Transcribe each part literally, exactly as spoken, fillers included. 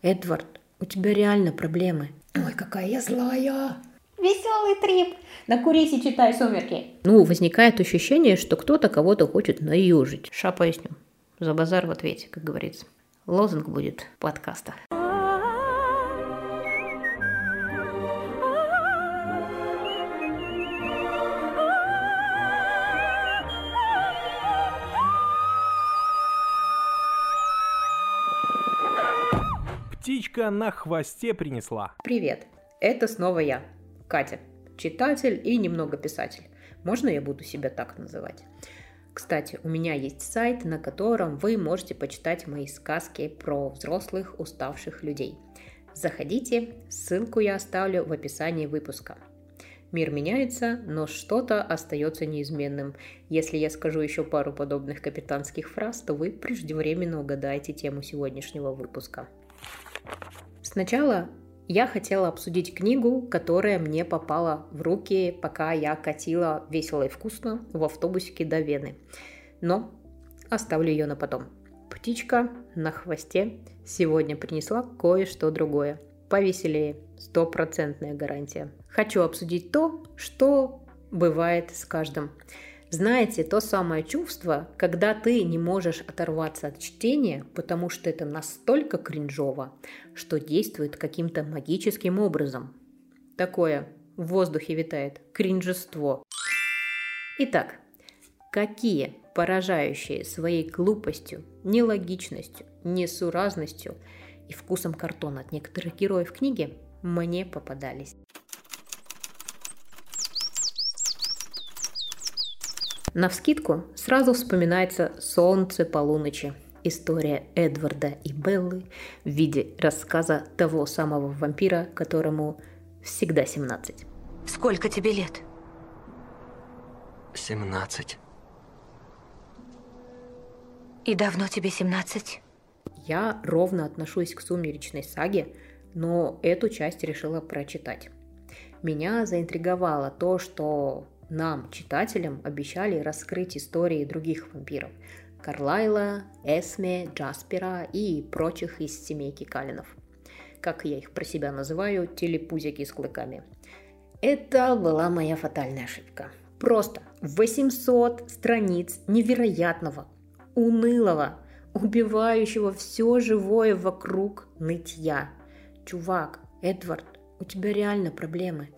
Эдвард, у тебя реально проблемы. Ой, какая я злая. Веселый трип. На курисе читай «Сумерки». Ну, возникает ощущение, что кто-то кого-то хочет наюжить. Ша поясню. За базар в ответе, как говорится. Лозунг будет подкаста. Птичка на хвосте принесла. Привет, это снова я, Катя, читатель и немного писатель. Можно я буду себя так называть? Кстати, у меня есть сайт, на котором вы можете почитать мои сказки про взрослых уставших людей. Заходите, ссылку я оставлю в описании выпуска. Мир меняется, но что-то остается неизменным. Если я скажу еще пару подобных капитанских фраз, то вы преждевременно угадаете тему сегодняшнего выпуска. Сначала я хотела обсудить книгу, которая мне попала в руки, пока я катила весело и вкусно в автобусике до Вены. Но оставлю ее на потом. Птичка на хвосте сегодня принесла кое-что другое. Повеселее, стопроцентная гарантия. Хочу обсудить то, что бывает с каждым. Знаете, то самое чувство, когда ты не можешь оторваться от чтения, потому что это настолько кринжово, что действует каким-то магическим образом. Такое в воздухе витает кринжество. Итак, какие поражающие своей глупостью, нелогичностью, несуразностью и вкусом картона от некоторых героев книги мне попадались? Навскидку сразу вспоминается «Солнце полуночи». История Эдварда и Беллы в виде рассказа того самого вампира, которому всегда семнадцать. Сколько тебе лет? семнадцать. И давно тебе семнадцать? Я ровно отношусь к «Сумеречной саге», но эту часть решила прочитать. Меня заинтриговало то, что нам, читателям, обещали раскрыть истории других вампиров. Карлайла, Эсме, Джаспера и прочих из семейки Каллинов. Как я их про себя называю, телепузики с клыками. Это была моя фатальная ошибка. Просто восемьсот страниц невероятного, унылого, убивающего все живое вокруг нытья. Чувак, Эдвард, у тебя реально проблемы.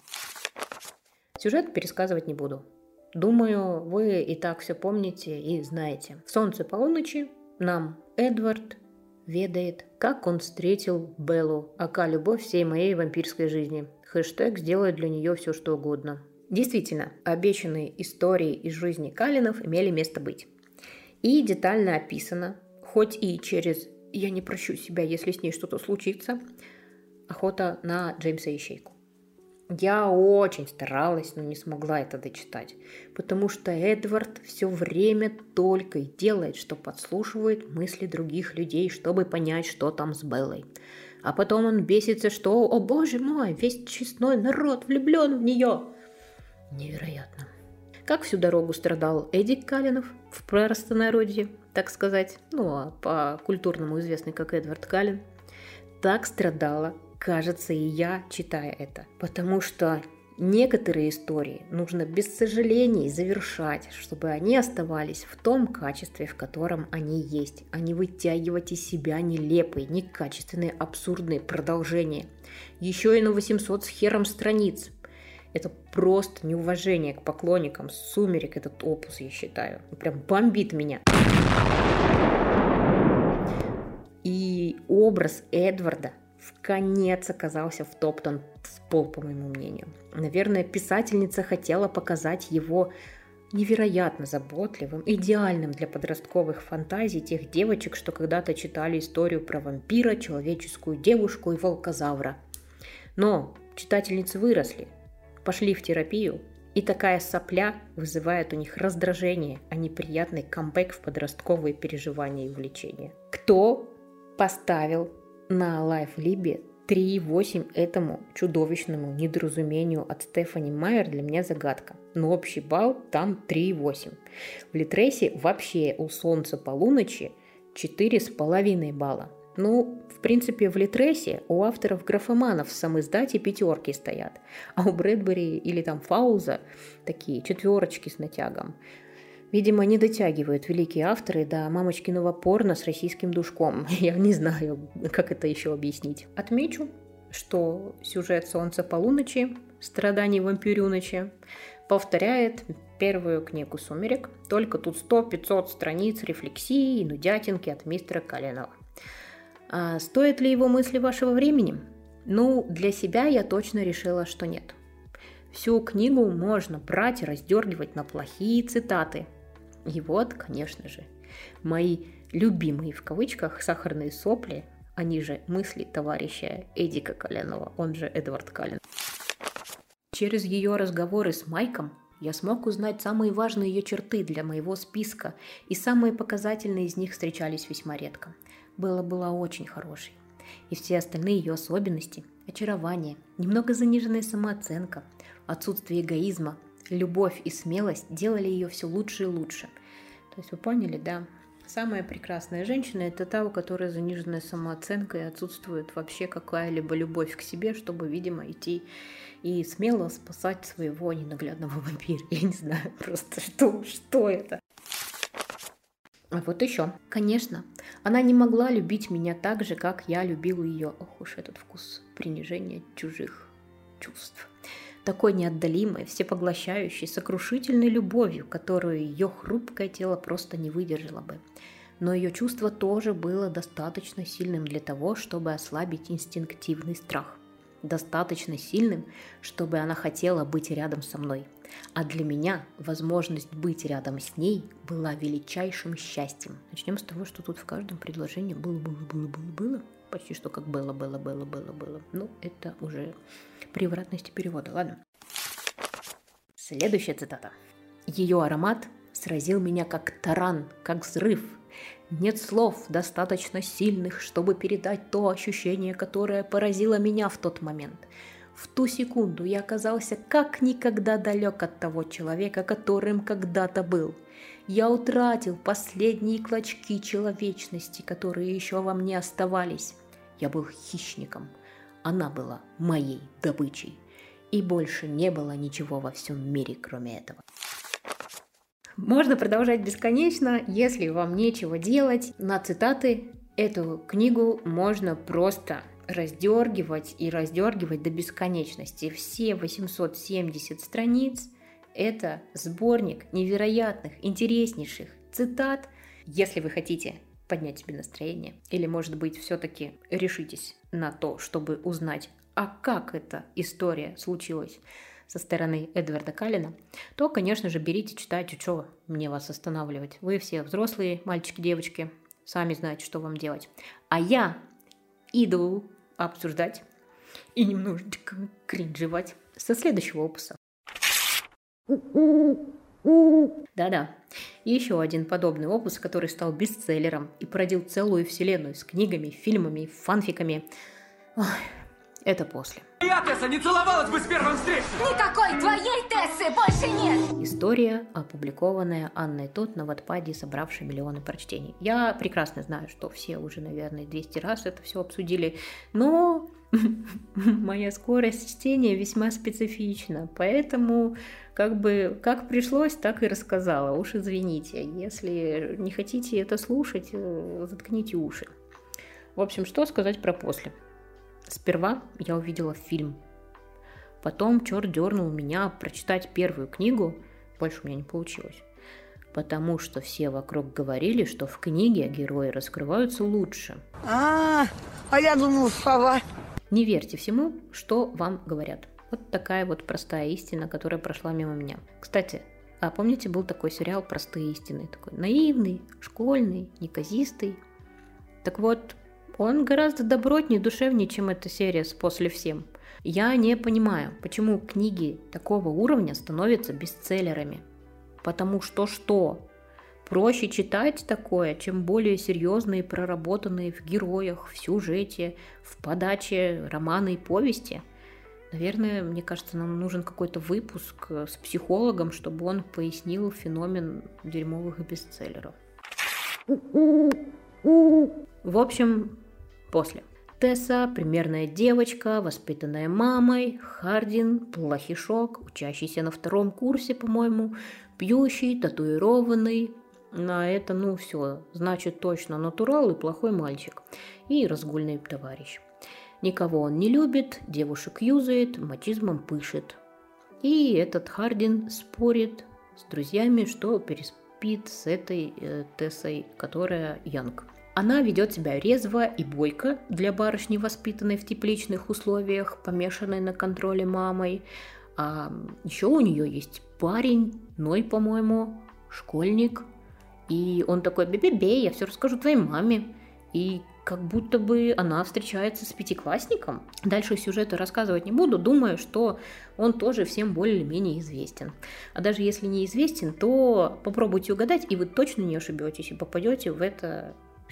Сюжет пересказывать не буду. Думаю, вы и так все помните и знаете. В «Солнце полуночи» нам Эдвард ведает, как он встретил Беллу, ака любовь всей моей вампирской жизни. Хэштег «Сделаю для нее все, что угодно». Действительно, обещанные истории из жизни Каллинов имели место быть. И детально описано, хоть и через «я не прощу себя, если с ней что-то случится», охота на Джеймса Ищейку. Я очень старалась, но не смогла это дочитать, потому что Эдвард все время только и делает, что подслушивает мысли других людей, чтобы понять, что там с Беллой. А потом он бесится, что, о боже мой, весь честной народ влюблен в нее. Невероятно. Как всю дорогу страдал Эдик Каллинов в простонародье, так сказать, ну а по-культурному известный как Эдвард Каллин, так страдала, кажется, и я, читая это. Потому что некоторые истории нужно без сожалений завершать, чтобы они оставались в том качестве, в котором они есть, а не вытягивать из себя нелепые, некачественные, абсурдные продолжения. Еще и на восемьсот с хером страниц. Это просто неуважение к поклонникам «Сумерек», этот опус, я считаю. Прям бомбит меня. И образ Эдварда в конец оказался втоптан в пол, по моему мнению. Наверное, писательница хотела показать его невероятно заботливым, идеальным для подростковых фантазий тех девочек, что когда-то читали историю про вампира, человеческую девушку и волкозавра. Но читательницы выросли, пошли в терапию, и такая сопля вызывает у них раздражение, а не приятный камбэк в подростковые переживания и увлечения. Кто поставил на Лайфлибе три и восемь этому чудовищному недоразумению от Стефани Майер, для меня загадка. Но общий балл там три и восемь. В Литресе вообще у «Солнца полуночи» четыре с половиной балла. Ну, в принципе, в Литресе у авторов графоманов в самиздате пятерки стоят, а у Брэдбери или там Фауза такие четверочки с натягом. Видимо, не дотягивают великие авторы до мамочкиного порно с российским душком. Я не знаю, как это еще объяснить. Отмечу, что сюжет «Солнца полуночи», «Страданий вампирюночи» повторяет первую книгу «Сумерек», только тут сто-пятьсот страниц рефлексии и нудятинки от мистера Калленова. А стоит ли его мысли вашего времени? Ну, для себя я точно решила, что нет. Всю книгу можно брать и раздергивать на плохие цитаты. И вот, конечно же, мои любимые в кавычках сахарные сопли, они же мысли товарища Эдика Калленова, он же Эдвард Каллен. Через ее разговоры с Майком я смог узнать самые важные ее черты для моего списка, и самые показательные из них встречались весьма редко. Белла была очень хорошей, и все остальные ее особенности – очарование, немного заниженная самооценка, отсутствие эгоизма, любовь и смелость делали ее все лучше и лучше. То есть вы поняли, да? Самая прекрасная женщина – это та, у которой заниженная самооценка и отсутствует вообще какая-либо любовь к себе, чтобы, видимо, идти и смело спасать своего ненаглядного вампира. Я не знаю просто, что, что это. А вот еще. Конечно, она не могла любить меня так же, как я любил ее. Ох уж этот вкус принижения чужих чувств. Такой неотдалимой, всепоглощающей, сокрушительной любовью, которую ее хрупкое тело просто не выдержало бы. Но ее чувство тоже было достаточно сильным для того, чтобы ослабить инстинктивный страх. Достаточно сильным, чтобы она хотела быть рядом со мной. А для меня возможность быть рядом с ней была величайшим счастьем. Начнем с того, что тут в каждом предложении было-было-было-было-было. Почти что как было-было-было-было-было. Ну, это уже превратности перевода, ладно. Следующая цитата. Ее аромат сразил меня как таран, как взрыв. Нет слов достаточно сильных, чтобы передать то ощущение, которое поразило меня в тот момент. В ту секунду я оказался как никогда далек от того человека, которым когда-то был. Я утратил последние клочки человечности, которые еще во мне оставались. Я был хищником. Она была моей добычей. И больше не было ничего во всем мире, кроме этого. Можно продолжать бесконечно, если вам нечего делать. На цитаты эту книгу можно просто раздергивать и раздергивать до бесконечности. Все восемьсот семьдесят страниц – это сборник невероятных, интереснейших цитат. Если вы хотите поднять себе настроение, или, может быть, все-таки решитесь на то, чтобы узнать, а как эта история случилась со стороны Эдварда Каллена, то, конечно же, берите, читайте, что мне вас останавливать. Вы все взрослые, мальчики, девочки, сами знаете, что вам делать. А я иду обсуждать и немножечко кринжевать со следующего опуса. Да-да, еще один подобный опус, который стал бестселлером и породил целую вселенную с книгами, фильмами, фанфиками. Ой, это после. Я, Тесса, не целовалась бы с первым встречным! Никакой твоей Тессы больше нет! История, опубликованная Анной Тот на Wattpad, собравшая миллионы прочтений. Я прекрасно знаю, что все уже, наверное, двести раз это все обсудили, но моя скорость чтения весьма специфична, поэтому как бы как пришлось, так и рассказала. Уж извините, если не хотите это слушать, заткните уши. В общем, что сказать про после? Сперва я увидела фильм. Потом черт дернул меня прочитать первую книгу. Больше у меня не получилось. Потому что все вокруг говорили, что в книге герои раскрываются лучше. А, а я думал, сова. Не верьте всему, что вам говорят. Вот такая вот простая истина, которая прошла мимо меня. Кстати, а помните, был такой сериал «Простые истины»? Такой наивный, школьный, неказистый. Так вот, он гораздо добротнее, душевнее, чем эта серия с «После всем». Я не понимаю, почему книги такого уровня становятся бестселлерами. Потому что что? Проще читать такое, чем более серьезные, проработанные в героях, в сюжете, в подаче романы и повести. Наверное, мне кажется, нам нужен какой-то выпуск с психологом, чтобы он пояснил феномен дерьмовых бестселлеров. В общем, После. Тесса – примерная девочка, воспитанная мамой. Хардин – плохишок, учащийся на втором курсе, по-моему, пьющий, татуированный. На это, ну, все, значит, точно натурал и плохой мальчик. И разгульный товарищ. Никого он не любит, девушек юзает, мачизмом пышет. И этот Хардин спорит с друзьями, что переспит с этой э, Тессой, которая Янг. Она ведет себя резво и бойко для барышни, воспитанной в тепличных условиях, помешанной на контроле мамой. А еще у нее есть парень, Ной, по-моему, школьник. И он такой: бе-бе-бе, я все расскажу твоей маме. И как будто бы она встречается с пятиклассником. Дальше сюжета рассказывать не буду, думаю, что он тоже всем более-менее известен. А даже если не известен, то попробуйте угадать, и вы точно не ошибетесь, и попадете в это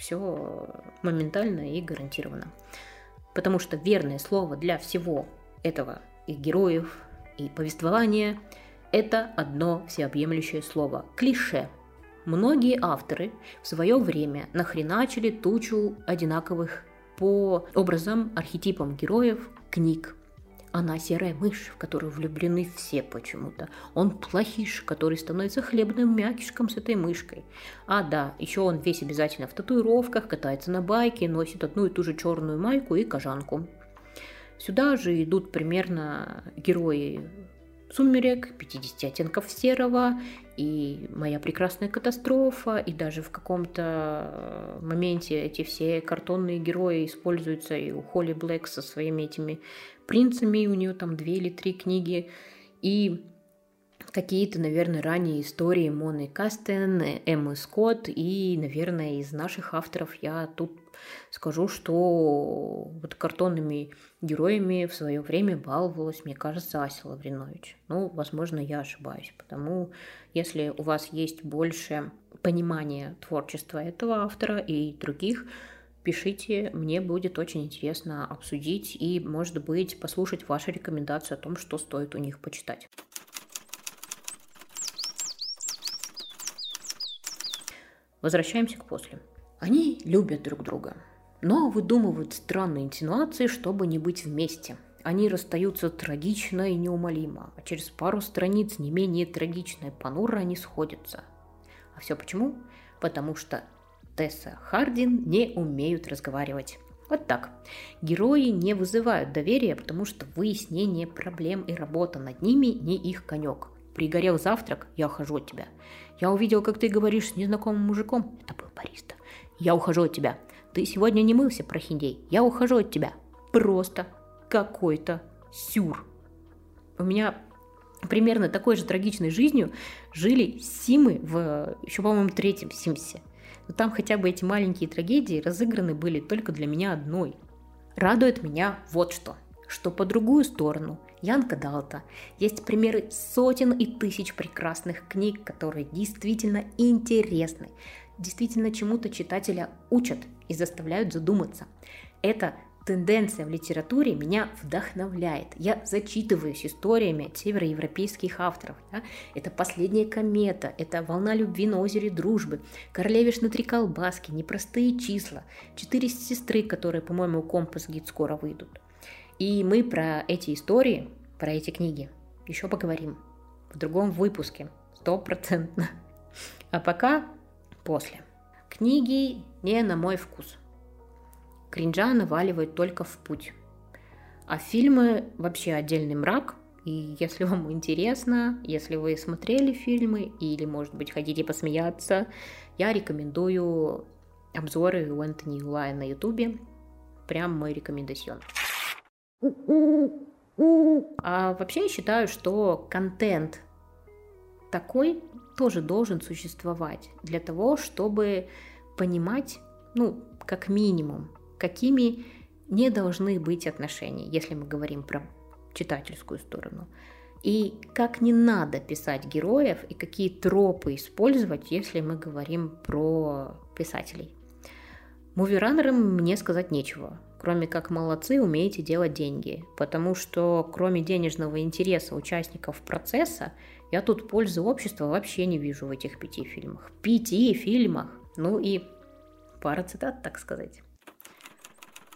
все моментально и гарантированно. Потому что верное слово для всего этого и героев, и повествования – это одно всеобъемлющее слово – клише. Многие авторы в свое время нахреначили тучу одинаковых по образам, архетипам героев книг. Она серая мышь, в которую влюблены все почему-то. Он плохиш, который становится хлебным мякишком с этой мышкой. А да, еще он весь обязательно в татуировках, катается на байке, носит одну и ту же черную майку и кожанку. Сюда же идут примерно герои «Сумерек», «пятьдесят оттенков серого» и «Моя прекрасная катастрофа», и даже в каком-то моменте эти все картонные герои используются и у Холли Блэк со своими этими принцами, у нее там две или три книги, и какие-то, наверное, ранние истории Моны Кастен, Эммы Скотт, и, наверное, из наших авторов я тут скажу, что вот картонными героями в свое время баловалась, мне кажется, Ася Лавринович. Ну, возможно, я ошибаюсь, потому если у вас есть больше понимания творчества этого автора и других, пишите, мне будет очень интересно обсудить и, может быть, послушать ваши рекомендации о том, что стоит у них почитать. Возвращаемся к после. Они любят друг друга, но выдумывают странные инсинуации, чтобы не быть вместе. Они расстаются трагично и неумолимо, а через пару страниц не менее трагично и понуро они сходятся. А все почему? Потому что Тесса Хардин не умеют разговаривать. Вот так. Герои не вызывают доверия, потому что выяснение проблем и работа над ними не их конек. Пригорел завтрак, я ухожу от тебя. Я увидел, как ты говоришь с незнакомым мужиком. Это был бариста. Я ухожу от тебя. Ты сегодня не мылся, прохиндей. Я ухожу от тебя. Просто какой-то сюр. У меня примерно такой же трагичной жизнью жили Симы в еще, по-моему, третьем Симсе. Но там хотя бы эти маленькие трагедии разыграны были только для меня одной. Радует меня вот что. Что по другую сторону Янка Далта есть примеры сотен и тысяч прекрасных книг, которые действительно интересны, действительно чему-то читателя учат и заставляют задуматься. Эта тенденция в литературе меня вдохновляет. Я зачитываюсь историями от североевропейских авторов. Да? Это «Последняя комета», это «Волна любви на озере Дружбы», «Королевишна три колбаски», «Непростые числа», «Четыре сестры», которые, по-моему, «Компас Гид» скоро выйдут. И мы про эти истории, про эти книги еще поговорим в другом выпуске, стопроцентно. А пока после. Книги не на мой вкус. Кринжа наваливает только в путь. А фильмы вообще отдельный мрак. И если вам интересно, если вы смотрели фильмы или, может быть, хотите посмеяться, я рекомендую обзоры у Энтони Юлая на ютубе. Прям мой рекомендацион. А вообще я считаю, что контент такой тоже должен существовать для того, чтобы понимать, ну, как минимум, какими не должны быть отношения, если мы говорим про читательскую сторону. И как не надо писать героев, и какие тропы использовать, если мы говорим про писателей. Муви-раннерам мне сказать нечего, кроме как молодцы, умеете делать деньги, потому что кроме денежного интереса участников процесса, я тут пользы общества вообще не вижу в этих пяти фильмах. Пяти фильмах! Ну и пара цитат, так сказать.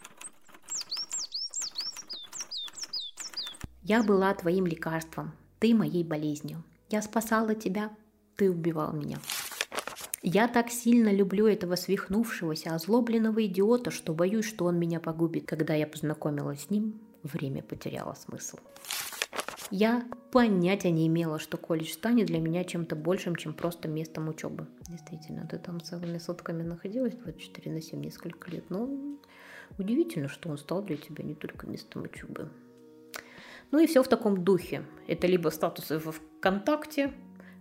Я была твоим лекарством, ты моей болезнью. Я спасала тебя, ты убивал меня. Я так сильно люблю этого свихнувшегося, озлобленного идиота, что боюсь, что он меня погубит. Когда я познакомилась с ним, время потеряло смысл. Я понятия не имела, что колледж станет для меня чем-то большим, чем просто местом учебы. Действительно, ты там целыми сутками находилась двадцать четыре на семь несколько лет, но удивительно, что он стал для тебя не только местом учебы. Ну и все в таком духе. Это либо статусы в ВКонтакте,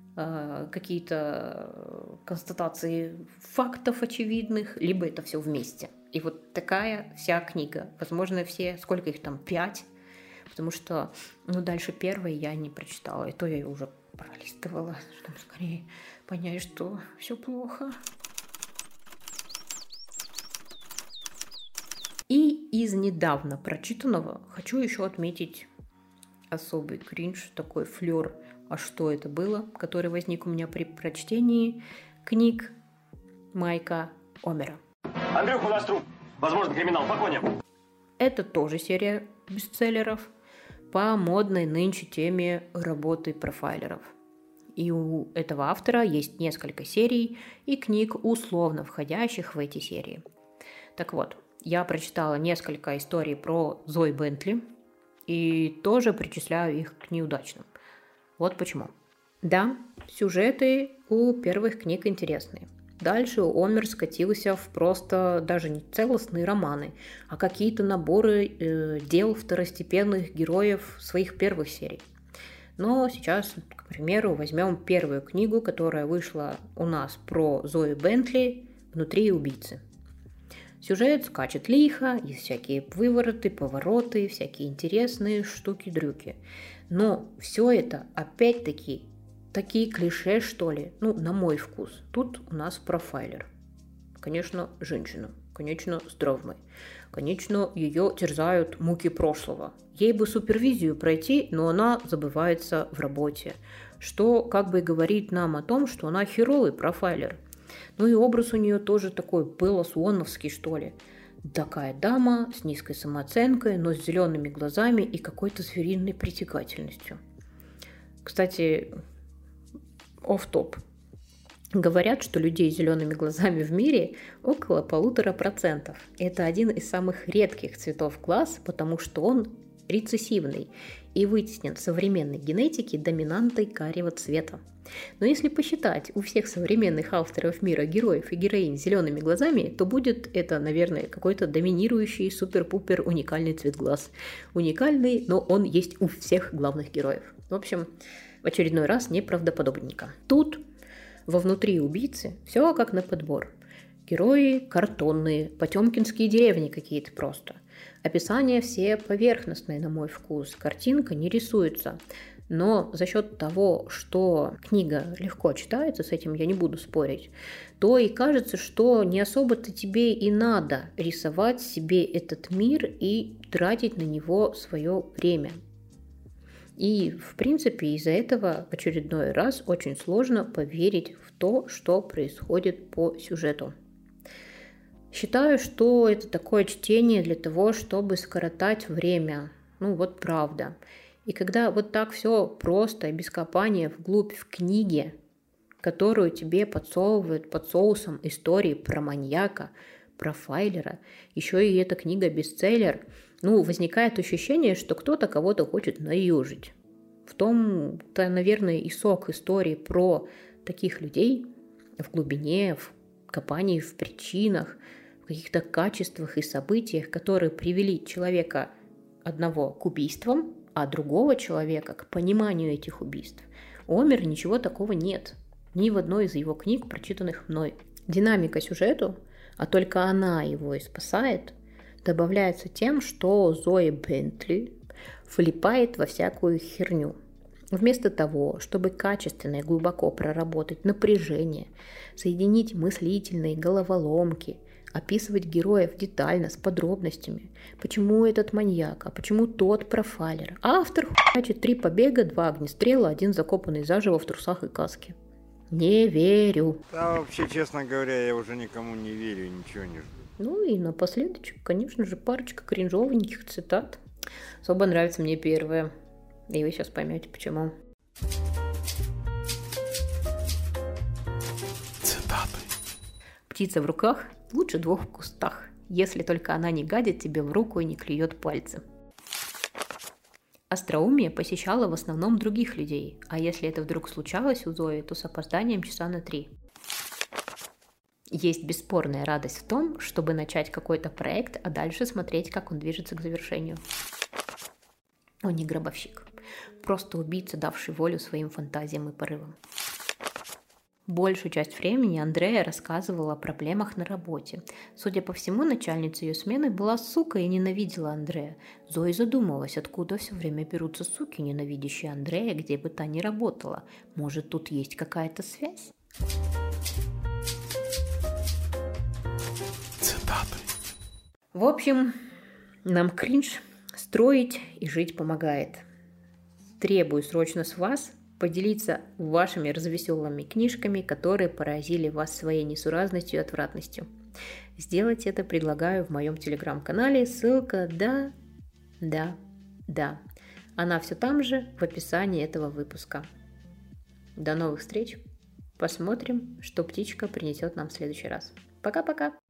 какие-то констатации фактов очевидных, либо это все вместе. И вот такая вся книга. Возможно, все, сколько их там, пять, потому что, ну, дальше первой я не прочитала, и то я ее уже пролистывала, чтобы скорее понять, что все плохо. И из недавно прочитанного хочу еще отметить особый кринж, такой флер. А что это было, который возник у меня при прочтении книг Майка Омера. Андрюх, у нас труп. Возможно, криминал. По коням. Это тоже серия бестселлеров по модной нынче теме работы профайлеров. И у этого автора есть несколько серий и книг, условно входящих в эти серии. Так вот, я прочитала несколько историй про Зои Бентли и тоже причисляю их к неудачным. Вот почему. Да, сюжеты у первых книг интересные. Дальше Омер скатился в просто даже не целостные романы, а какие-то наборы э, дел второстепенных героев своих первых серий. Но сейчас, к примеру, возьмем первую книгу, которая вышла у нас про Зою Бентли «Внутри убийцы». Сюжет скачет лихо, есть всякие вывороты, повороты, всякие интересные штуки-дрюки. Но все это, опять-таки, такие клише, что ли, ну, на мой вкус. Тут у нас профайлер. Конечно, женщина. Конечно, с травмой. Конечно, ее терзают муки прошлого. Ей бы супервизию пройти, но она забывается в работе. Что как бы говорит нам о том, что она херовый профайлер. Ну и образ у нее тоже такой белло-суоновский, что ли. Такая дама с низкой самооценкой, но с зелеными глазами и какой-то звериной притягательностью. Кстати, офф-топ. Говорят, что людей с зелеными глазами в мире около полутора процентов. Это один из самых редких цветов глаз, потому что он рецессивный и вытеснен в современной генетике доминантой карего цвета. Но если посчитать у всех современных авторов мира героев и героинь с зелеными глазами, то будет это, наверное, какой-то доминирующий супер-пупер уникальный цвет глаз. Уникальный, но он есть у всех главных героев. В общем, в очередной раз неправдоподобненько. Тут во «Внутри убийцы» все как на подбор. Герои картонные, потемкинские деревни какие-то просто. Описания все поверхностные, на мой вкус. Картинка не рисуется. Но за счет того, что книга легко читается, с этим я не буду спорить, то и кажется, что не особо-то тебе и надо рисовать себе этот мир и тратить на него свое время. И, в принципе, из-за этого в очередной раз очень сложно поверить в то, что происходит по сюжету. Считаю, что это такое чтение для того, чтобы скоротать время. Ну вот правда. И когда вот так все просто и без копания вглубь в книге, которую тебе подсовывают под соусом истории про маньяка, профайлера, еще и эта книга бестселлер, ну, возникает ощущение, что кто-то кого-то хочет наюжить. В том-то, наверное, и сок истории про таких людей в глубине, в копании в причинах, в каких-то качествах и событиях, которые привели человека одного к убийствам, а другого человека к пониманию этих убийств. У Омера ничего такого нет. Ни в одной из его книг, прочитанных мной. Динамика сюжету, а только она его и спасает, добавляется тем, что Зоя Бентли влипает во всякую херню. Вместо того, чтобы качественно и глубоко проработать напряжение, соединить мыслительные головоломки, описывать героев детально, с подробностями. Почему этот маньяк, а почему тот профайлер. Автор хуячит три побега, два огнестрела, один закопанный заживо в трусах и каске. Не верю. Да, вообще, честно говоря, я уже никому не верю и ничего не жду. Ну и напоследок, конечно же, парочка кринжовеньких цитат. Особо нравится мне первая. И вы сейчас поймете, почему. Цитаты. Птица в руках лучше двух в кустах, если только она не гадит тебе в руку и не клюет пальцы. Остроумие посещало в основном других людей, а если это вдруг случалось у Зои, то с опозданием часа на три. Есть бесспорная радость в том, чтобы начать какой-то проект, а дальше смотреть, как он движется к завершению. Он не гробовщик, просто убийца, давший волю своим фантазиям и порывам. Большую часть времени Андрея рассказывала о проблемах на работе. Судя по всему, начальница ее смены была сука и ненавидела Андрея. Зоя задумалась, откуда все время берутся суки, ненавидящие Андрея, где бы та ни работала. Может, тут есть какая-то связь? Цитаты. В общем, нам кринж строить и жить помогает. Требую срочно с вас поделиться вашими развеселыми книжками, которые поразили вас своей несуразностью и отвратностью. Сделать это предлагаю в моем телеграм-канале. Ссылка да, да, да. Она все там же в описании этого выпуска. До новых встреч. Посмотрим, что птичка принесет нам в следующий раз. Пока-пока.